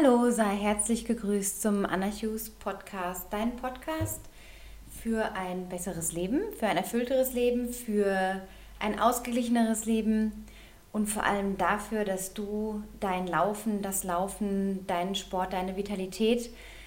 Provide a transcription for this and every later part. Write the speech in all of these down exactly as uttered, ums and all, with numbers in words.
Hallo, sei herzlich gegrüßt zum Anarchus Podcast, dein Podcast für ein besseres Leben, für ein erfüllteres Leben, für ein ausgeglicheneres Leben und vor allem dafür, dass du dein Laufen, das Laufen, deinen Sport, deine Vitalität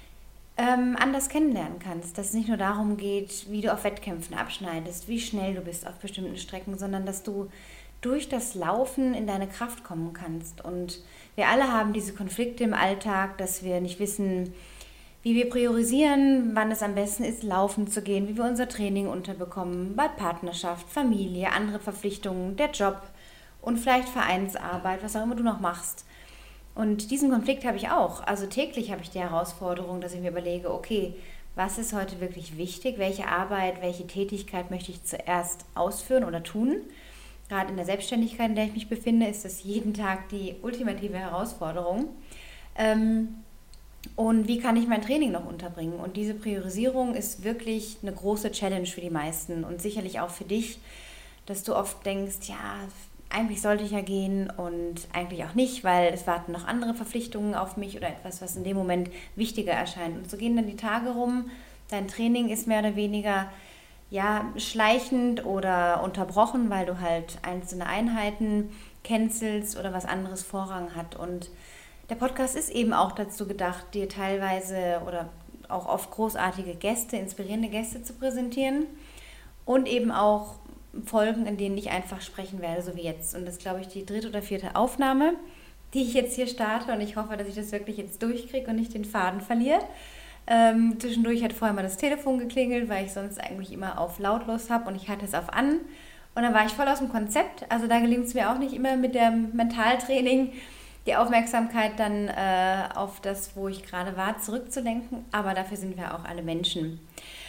ähm, anders kennenlernen kannst. Dass es nicht nur darum geht, wie du auf Wettkämpfen abschneidest, wie schnell du bist auf bestimmten Strecken, sondern dass du durch das Laufen in deine Kraft kommen kannst. Und wir alle haben diese Konflikte im Alltag, dass wir nicht wissen, wie wir priorisieren, wann es am besten ist, laufen zu gehen, wie wir unser Training unterbekommen, bei Partnerschaft, Familie, andere Verpflichtungen, der Job und vielleicht Vereinsarbeit, was auch immer du noch machst. Und diesen Konflikt habe ich auch. Also täglich habe ich die Herausforderung, dass ich mir überlege, okay, was ist heute wirklich wichtig? Welche Arbeit, welche Tätigkeit möchte ich zuerst ausführen oder tun? Gerade in der Selbstständigkeit, in der ich mich befinde, ist das jeden Tag die ultimative Herausforderung. Ähm, und wie kann ich mein Training noch unterbringen? Und diese Priorisierung ist wirklich eine große Challenge für die meisten und sicherlich auch für dich, dass du oft denkst, ja, eigentlich sollte ich ja gehen und eigentlich auch nicht, weil es warten noch andere Verpflichtungen auf mich oder etwas, was in dem Moment wichtiger erscheint. Und so gehen dann die Tage rum, dein Training ist mehr oder weniger ja, schleichend oder unterbrochen, weil du halt einzelne Einheiten cancelst oder was anderes Vorrang hat. Und der Podcast ist eben auch dazu gedacht, dir teilweise oder auch oft großartige Gäste, inspirierende Gäste zu präsentieren und eben auch Folgen, in denen ich einfach sprechen werde, so wie jetzt. Und das ist, glaube ich, die dritte oder vierte Aufnahme, die ich jetzt hier starte und ich hoffe, dass ich das wirklich jetzt durchkriege und nicht den Faden verliere. Ähm, zwischendurch hat vorher mal das Telefon geklingelt, weil ich sonst eigentlich immer auf lautlos habe und ich hatte es auf an. Und dann war ich voll aus dem Konzept. Also da gelingt es mir auch nicht immer mit dem Mentaltraining, die Aufmerksamkeit dann äh, auf das, wo ich gerade war, zurückzulenken. Aber dafür sind wir auch alle Menschen.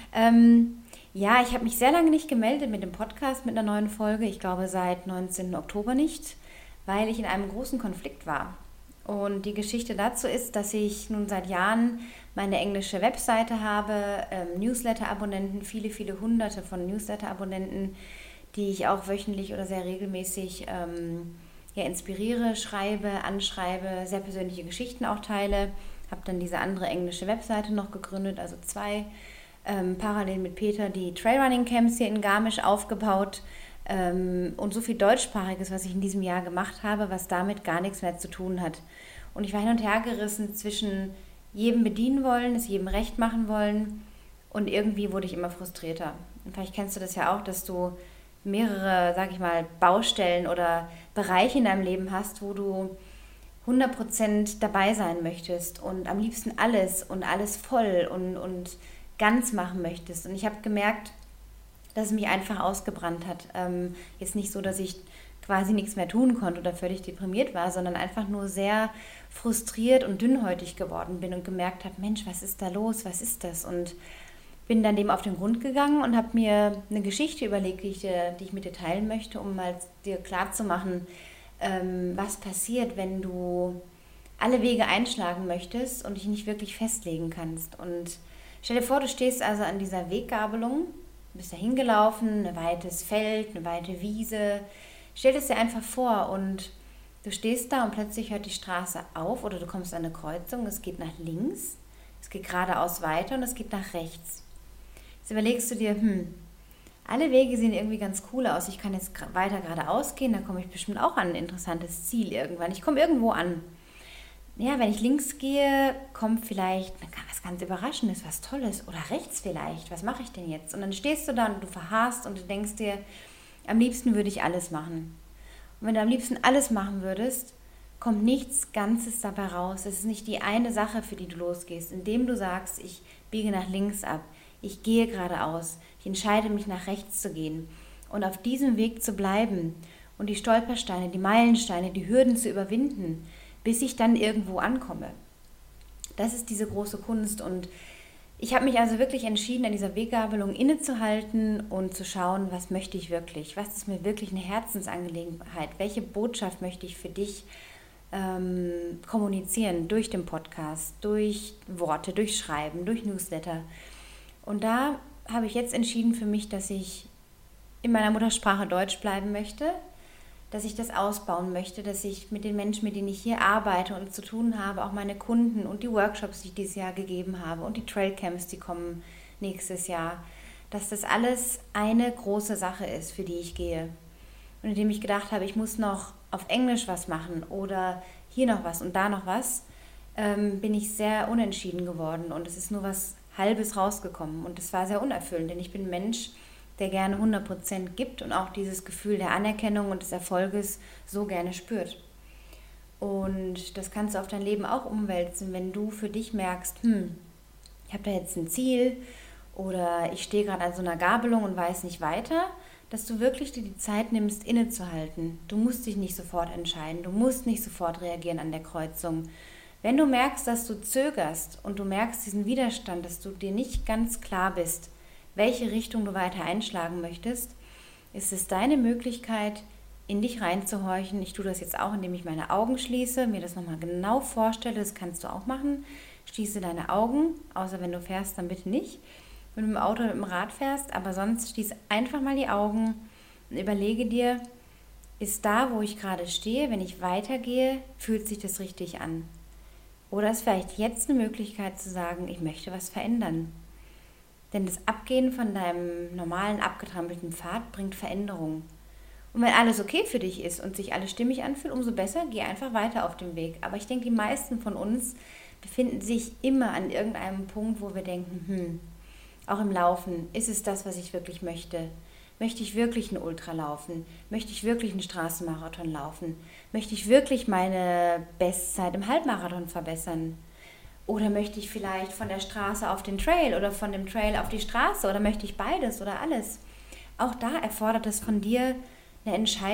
Ähm, ja, ich habe mich sehr lange nicht gemeldet mit dem Podcast, mit einer neuen Folge. Ich glaube seit neunzehnten Oktober nicht, weil ich in einem großen Konflikt war. Und die Geschichte dazu ist, dass ich nun seit Jahren meine englische Webseite habe, ähm, Newsletter-Abonnenten, viele, viele hunderte von Newsletter-Abonnenten, die ich auch wöchentlich oder sehr regelmäßig ähm, ja, inspiriere, schreibe, anschreibe, sehr persönliche Geschichten auch teile. Habe dann diese andere englische Webseite noch gegründet, also zwei, ähm, parallel mit Peter die Trailrunning-Camps hier in Garmisch aufgebaut. Ähm, und so viel Deutschsprachiges, was ich in diesem Jahr gemacht habe, was damit gar nichts mehr zu tun hat. Und ich war hin und her gerissen zwischen jedem bedienen wollen, es jedem recht machen wollen und irgendwie wurde ich immer frustrierter. Und vielleicht kennst du das ja auch, dass du mehrere, sag ich mal, Baustellen oder Bereiche in deinem Leben hast, wo du hundert Prozent dabei sein möchtest und am liebsten alles und alles voll und, und ganz machen möchtest. Und ich habe gemerkt, dass es mich einfach ausgebrannt hat. Ähm, jetzt nicht so, dass ich quasi nichts mehr tun konnte oder völlig deprimiert war, sondern einfach nur sehr frustriert und dünnhäutig geworden bin und gemerkt habe, Mensch, was ist da los, was ist das? Und bin dann dem auf den Grund gegangen und habe mir eine Geschichte überlegt, die ich, dir, die ich mit dir teilen möchte, um mal dir klarzumachen, ähm, was passiert, wenn du alle Wege einschlagen möchtest und dich nicht wirklich festlegen kannst. Und stell dir vor, du stehst also an dieser Weggabelung, bist da hingelaufen, ein weites Feld, eine weite Wiese. Stell es dir einfach vor und du stehst da und plötzlich hört die Straße auf oder du kommst an eine Kreuzung, es geht nach links, es geht geradeaus weiter und es geht nach rechts. Jetzt überlegst du dir, hm, alle Wege sehen irgendwie ganz cool aus. Ich kann jetzt weiter geradeaus gehen, da komme ich bestimmt auch an ein interessantes Ziel irgendwann. Ich komme irgendwo an. Ja, wenn ich links gehe, kommt vielleicht was ganz Überraschendes, was Tolles. Oder rechts vielleicht, was mache ich denn jetzt? Und dann stehst du da und du verharrst und du denkst dir, am liebsten würde ich alles machen. Und wenn du am liebsten alles machen würdest, kommt nichts Ganzes dabei raus. Es ist nicht die eine Sache, für die du losgehst. Indem du sagst, ich biege nach links ab, ich gehe geradeaus, ich entscheide mich nach rechts zu gehen und auf diesem Weg zu bleiben und die Stolpersteine, die Meilensteine, die Hürden zu überwinden, bis ich dann irgendwo ankomme. Das ist diese große Kunst und ich habe mich also wirklich entschieden, an dieser Weggabelung innezuhalten und zu schauen, was möchte ich wirklich, was ist mir wirklich eine Herzensangelegenheit, welche Botschaft möchte ich für dich ähm, kommunizieren, durch den Podcast, durch Worte, durch Schreiben, durch Newsletter. Und da habe ich jetzt entschieden für mich, dass ich in meiner Muttersprache Deutsch bleiben möchte, dass ich das ausbauen möchte, dass ich mit den Menschen, mit denen ich hier arbeite und zu tun habe, auch meine Kunden und die Workshops, die ich dieses Jahr gegeben habe und die Trailcamps, die kommen nächstes Jahr, dass das alles eine große Sache ist, für die ich gehe. Und indem ich gedacht habe, ich muss noch auf Englisch was machen oder hier noch was und da noch was, ähm, bin ich sehr unentschieden geworden und es ist nur was Halbes rausgekommen und es war sehr unerfüllend, denn ich bin ein Mensch, der gerne hundert Prozent gibt und auch dieses Gefühl der Anerkennung und des Erfolges so gerne spürt. Und das kannst du auf dein Leben auch umwälzen, wenn du für dich merkst, hm, ich habe da jetzt ein Ziel oder ich stehe gerade an so einer Gabelung und weiß nicht weiter, dass du wirklich dir die Zeit nimmst, innezuhalten. Du musst dich nicht sofort entscheiden, du musst nicht sofort reagieren an der Kreuzung. Wenn du merkst, dass du zögerst und du merkst diesen Widerstand, dass du dir nicht ganz klar bist, welche Richtung du weiter einschlagen möchtest, ist es deine Möglichkeit, in dich reinzuhorchen. Ich tue das jetzt auch, indem ich meine Augen schließe, mir das nochmal genau vorstelle, das kannst du auch machen. Schließe deine Augen, außer wenn du fährst, dann bitte nicht, wenn du mit dem Auto oder mit dem Rad fährst, aber sonst schließe einfach mal die Augen und überlege dir, ist da, wo ich gerade stehe, wenn ich weitergehe, fühlt sich das richtig an? Oder ist vielleicht jetzt eine Möglichkeit zu sagen, ich möchte was verändern? Denn das Abgehen von deinem normalen, abgetrampelten Pfad bringt Veränderung. Und wenn alles okay für dich ist und sich alles stimmig anfühlt, umso besser, geh einfach weiter auf dem Weg. Aber ich denke, die meisten von uns befinden sich immer an irgendeinem Punkt, wo wir denken, hm, auch im Laufen, ist es das, was ich wirklich möchte? Möchte ich wirklich einen Ultra laufen? Möchte ich wirklich einen Straßenmarathon laufen? Möchte ich wirklich meine Bestzeit im Halbmarathon verbessern? Oder möchte ich vielleicht von der Straße auf den Trail oder von dem Trail auf die Straße oder möchte ich beides oder alles? Auch da erfordert es von dir eine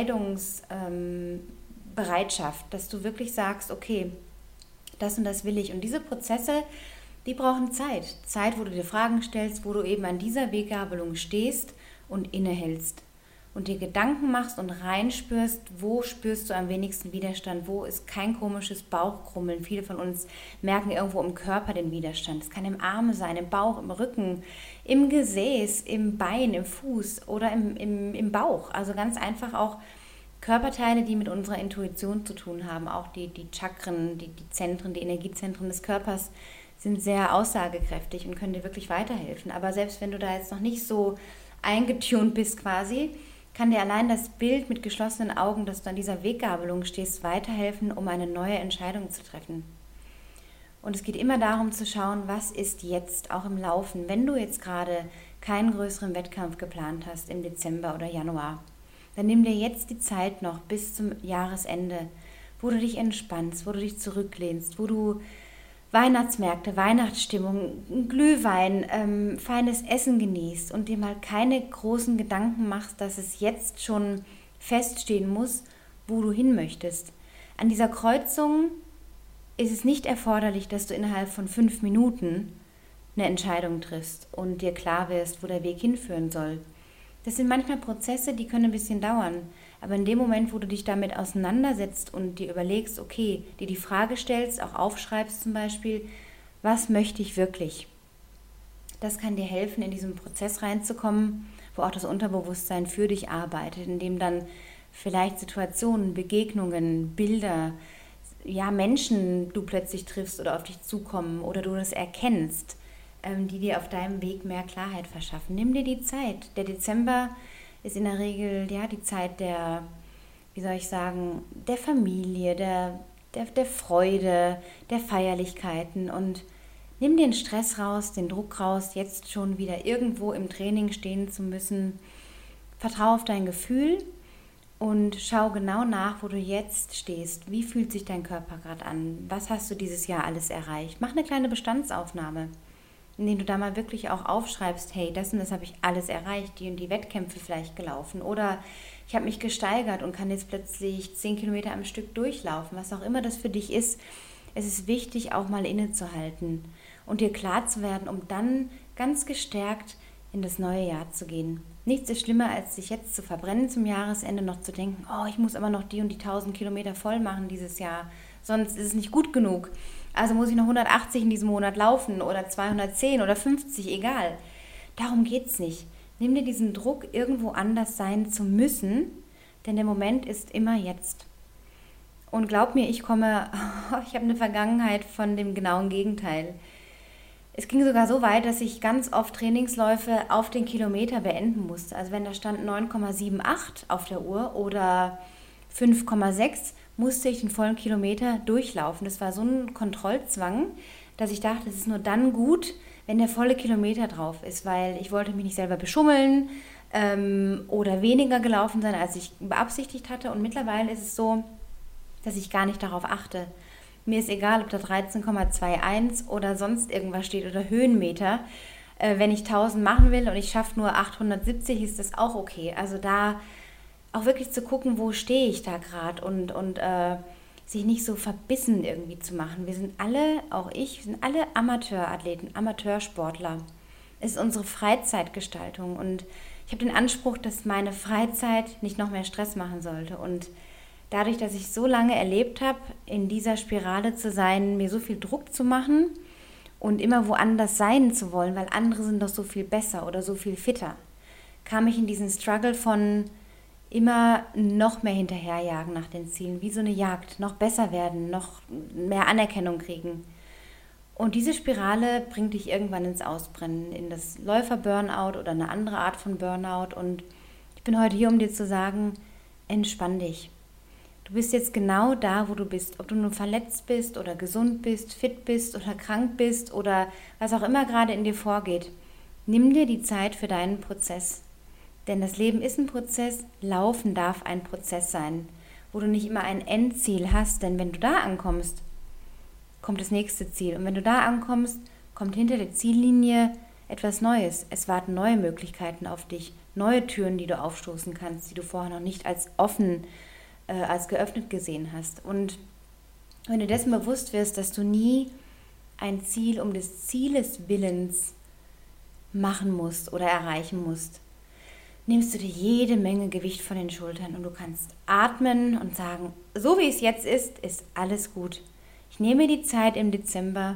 Entscheidungsbereitschaft, dass du wirklich sagst, okay, das und das will ich. Und diese Prozesse, die brauchen Zeit. Zeit, wo du dir Fragen stellst, wo du eben an dieser Weggabelung stehst und innehältst. Und dir Gedanken machst und reinspürst, wo spürst du am wenigsten Widerstand, wo ist kein komisches Bauchkrummeln. Viele von uns merken irgendwo im Körper den Widerstand. Es kann im Arm sein, im Bauch, im Rücken, im Gesäß, im Bein, im Fuß oder im, im, im Bauch. Also ganz einfach auch Körperteile, die mit unserer Intuition zu tun haben. Auch die, die Chakren, die, die Zentren, die Energiezentren des Körpers sind sehr aussagekräftig und können dir wirklich weiterhelfen. Aber selbst wenn du da jetzt noch nicht so eingetunt bist quasi, kann dir allein das Bild mit geschlossenen Augen, dass du an dieser Weggabelung stehst, weiterhelfen, um eine neue Entscheidung zu treffen. Und es geht immer darum zu schauen, was ist jetzt auch im Laufen, wenn du jetzt gerade keinen größeren Wettkampf geplant hast im Dezember oder Januar, dann nimm dir jetzt die Zeit noch bis zum Jahresende, wo du dich entspannst, wo du dich zurücklehnst, wo du Weihnachtsmärkte, Weihnachtsstimmung, Glühwein, ähm, feines Essen genießt und dir mal keine großen Gedanken machst, dass es jetzt schon feststehen muss, wo du hin möchtest. An dieser Kreuzung ist es nicht erforderlich, dass du innerhalb von fünf Minuten eine Entscheidung triffst und dir klar wirst, wo der Weg hinführen soll. Das sind manchmal Prozesse, die können ein bisschen dauern. Aber in dem Moment, wo du dich damit auseinandersetzt und dir überlegst, okay, dir die Frage stellst, auch aufschreibst zum Beispiel, was möchte ich wirklich? Das kann dir helfen, in diesen Prozess reinzukommen, wo auch das Unterbewusstsein für dich arbeitet, in dem dann vielleicht Situationen, Begegnungen, Bilder, ja, Menschen du plötzlich triffst oder auf dich zukommen oder du das erkennst, ähm, die dir auf deinem Weg mehr Klarheit verschaffen. Nimm dir die Zeit. Der Dezember ist in der Regel ja die Zeit der, wie soll ich sagen, der Familie, der, der, der Freude, der Feierlichkeiten und nimm den Stress raus, den Druck raus, jetzt schon wieder irgendwo im Training stehen zu müssen. Vertrau auf dein Gefühl und schau genau nach, wo du jetzt stehst. Wie fühlt sich dein Körper gerade an? Was hast du dieses Jahr alles erreicht? Mach eine kleine Bestandsaufnahme, indem du da mal wirklich auch aufschreibst, hey, das und das habe ich alles erreicht, die und die Wettkämpfe vielleicht gelaufen oder ich habe mich gesteigert und kann jetzt plötzlich zehn Kilometer am Stück durchlaufen, was auch immer das für dich ist. Es ist wichtig, auch mal innezuhalten und dir klar zu werden, um dann ganz gestärkt in das neue Jahr zu gehen. Nichts ist schlimmer, als sich jetzt zu verbrennen zum Jahresende, noch zu denken, oh, ich muss aber noch die und die tausend Kilometer voll machen dieses Jahr, sonst ist es nicht gut genug. Also muss ich noch hundertachtzig in diesem Monat laufen oder zweihundertzehn oder fünfzig, egal. Darum geht es nicht. Nimm dir diesen Druck, irgendwo anders sein zu müssen, Denn der Moment ist immer jetzt. Und glaub mir, ich komme, ich habe eine Vergangenheit von dem genauen Gegenteil. Es ging sogar so weit, dass ich ganz oft Trainingsläufe auf den Kilometer beenden musste. Also wenn da stand neun Komma achtundsiebzig auf der Uhr oder fünf Komma sechs, musste ich den vollen Kilometer durchlaufen. Das war so ein Kontrollzwang, dass ich dachte, es ist nur dann gut, wenn der volle Kilometer drauf ist, weil ich wollte mich nicht selber beschummeln ähm, oder weniger gelaufen sein, als ich beabsichtigt hatte. Und mittlerweile ist es so, dass ich gar nicht darauf achte. Mir ist egal, ob da dreizehn Komma einundzwanzig oder sonst irgendwas steht oder Höhenmeter. Äh, wenn ich tausend machen will und ich schaffe nur achthundertsiebzig, ist das auch okay. Also da auch wirklich zu gucken, wo stehe ich da gerade und, und äh, sich nicht so verbissen irgendwie zu machen. Wir sind alle, auch ich, wir sind alle Amateurathleten, Amateursportler. Es ist unsere Freizeitgestaltung und ich habe den Anspruch, dass meine Freizeit nicht noch mehr Stress machen sollte. Und dadurch, dass ich so lange erlebt habe, in dieser Spirale zu sein, mir so viel Druck zu machen und immer woanders sein zu wollen, weil andere sind doch so viel besser oder so viel fitter, kam ich in diesen Struggle von immer noch mehr hinterherjagen nach den Zielen, wie so eine Jagd, noch besser werden, noch mehr Anerkennung kriegen. Und diese Spirale bringt dich irgendwann ins Ausbrennen, in das Läufer-Burnout oder eine andere Art von Burnout. Und ich bin heute hier, um dir zu sagen, entspann dich. Du bist jetzt genau da, wo du bist. Ob du nun verletzt bist oder gesund bist, fit bist oder krank bist oder was auch immer gerade in dir vorgeht. Nimm dir die Zeit für deinen Prozess. Denn das Leben ist ein Prozess, Laufen darf ein Prozess sein, wo du nicht immer ein Endziel hast. Denn wenn du da ankommst, kommt das nächste Ziel. Und wenn du da ankommst, kommt hinter der Ziellinie etwas Neues. Es warten neue Möglichkeiten auf dich, neue Türen, die du aufstoßen kannst, die du vorher noch nicht als offen äh, als geöffnet gesehen hast. Und wenn du dessen bewusst wirst, dass du nie ein Ziel um des Zieles Willens machen musst oder erreichen musst, nimmst du dir jede Menge Gewicht von den Schultern und du kannst atmen und sagen, so wie es jetzt ist, ist alles gut. Ich nehme die Zeit im Dezember,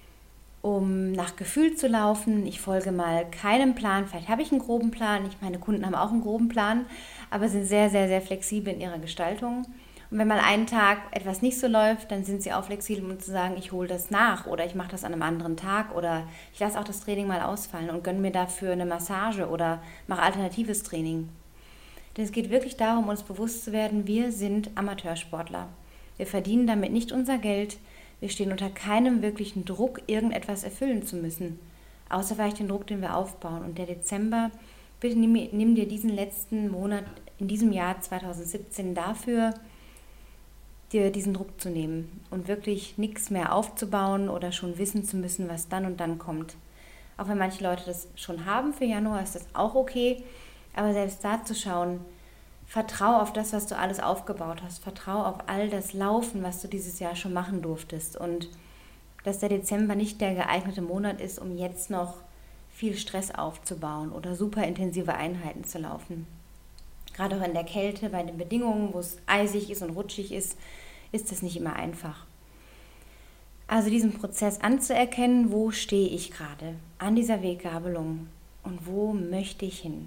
um nach Gefühl zu laufen. Ich folge mal keinem Plan. Vielleicht habe ich einen groben Plan. Ich, meine Kunden haben auch einen groben Plan, aber sind sehr, sehr, sehr flexibel in ihrer Gestaltung. Und wenn mal einen Tag etwas nicht so läuft, dann sind sie auch flexibel, um zu sagen, ich hole das nach oder ich mache das an einem anderen Tag oder ich lasse auch das Training mal ausfallen und gönne mir dafür eine Massage oder mache alternatives Training. Denn es geht wirklich darum, uns bewusst zu werden, wir sind Amateursportler. Wir verdienen damit nicht unser Geld. Wir stehen unter keinem wirklichen Druck, irgendetwas erfüllen zu müssen. Außer vielleicht den Druck, den wir aufbauen. Und der Dezember, bitte nimm, nimm dir diesen letzten Monat in diesem Jahr zweitausendsiebzehn dafür, dir diesen Druck zu nehmen und wirklich nichts mehr aufzubauen oder schon wissen zu müssen, was dann und dann kommt. Auch wenn manche Leute das schon haben für Januar, ist das auch okay. Aber selbst da zu schauen, vertrau auf das, was du alles aufgebaut hast. Vertrau auf all das Laufen, was du dieses Jahr schon machen durftest. Und dass der Dezember nicht der geeignete Monat ist, um jetzt noch viel Stress aufzubauen oder super intensive Einheiten zu laufen. Gerade auch in der Kälte, bei den Bedingungen, wo es eisig ist und rutschig ist, ist das nicht immer einfach. Also diesen Prozess anzuerkennen, wo stehe ich gerade an dieser Weggabelung und wo möchte ich hin?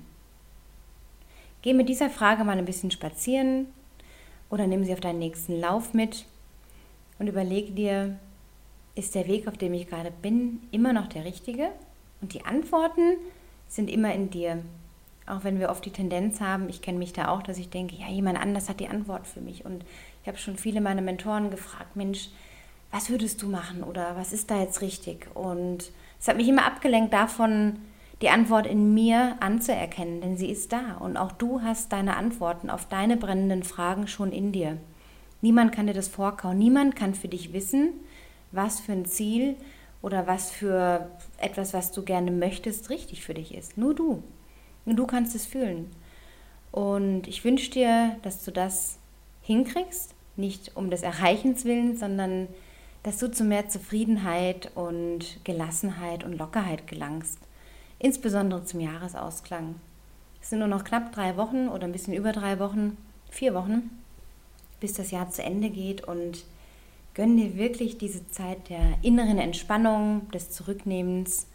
Geh mit dieser Frage mal ein bisschen spazieren oder nimm sie auf deinen nächsten Lauf mit und überlege dir, ist der Weg, auf dem ich gerade bin, immer noch der richtige? Und die Antworten sind immer in dir. Auch wenn wir oft die Tendenz haben, ich kenne mich da auch, dass ich denke, ja, jemand anders hat die Antwort für mich. Und ich habe schon viele meiner Mentoren gefragt, Mensch, was würdest du machen oder was ist da jetzt richtig? Und es hat mich immer abgelenkt davon, die Antwort in mir anzuerkennen, denn sie ist da. Und auch du hast deine Antworten auf deine brennenden Fragen schon in dir. Niemand kann dir das vorkauen. Niemand kann für dich wissen, was für ein Ziel oder was für etwas, was du gerne möchtest, richtig für dich ist. Nur du. Und du kannst es fühlen. Und ich wünsche dir, dass du das hinkriegst, nicht um des Erreichens willen, sondern dass du zu mehr Zufriedenheit und Gelassenheit und Lockerheit gelangst. Insbesondere zum Jahresausklang. Es sind nur noch knapp drei Wochen oder ein bisschen über drei Wochen, vier Wochen, bis das Jahr zu Ende geht und gönn dir wirklich diese Zeit der inneren Entspannung, des Zurücknehmens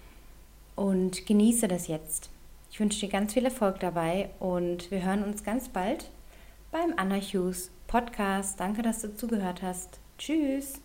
und genieße das jetzt. Ich wünsche dir ganz viel Erfolg dabei und wir hören uns ganz bald beim Anarchus Podcast. Danke, dass du zugehört hast. Tschüss.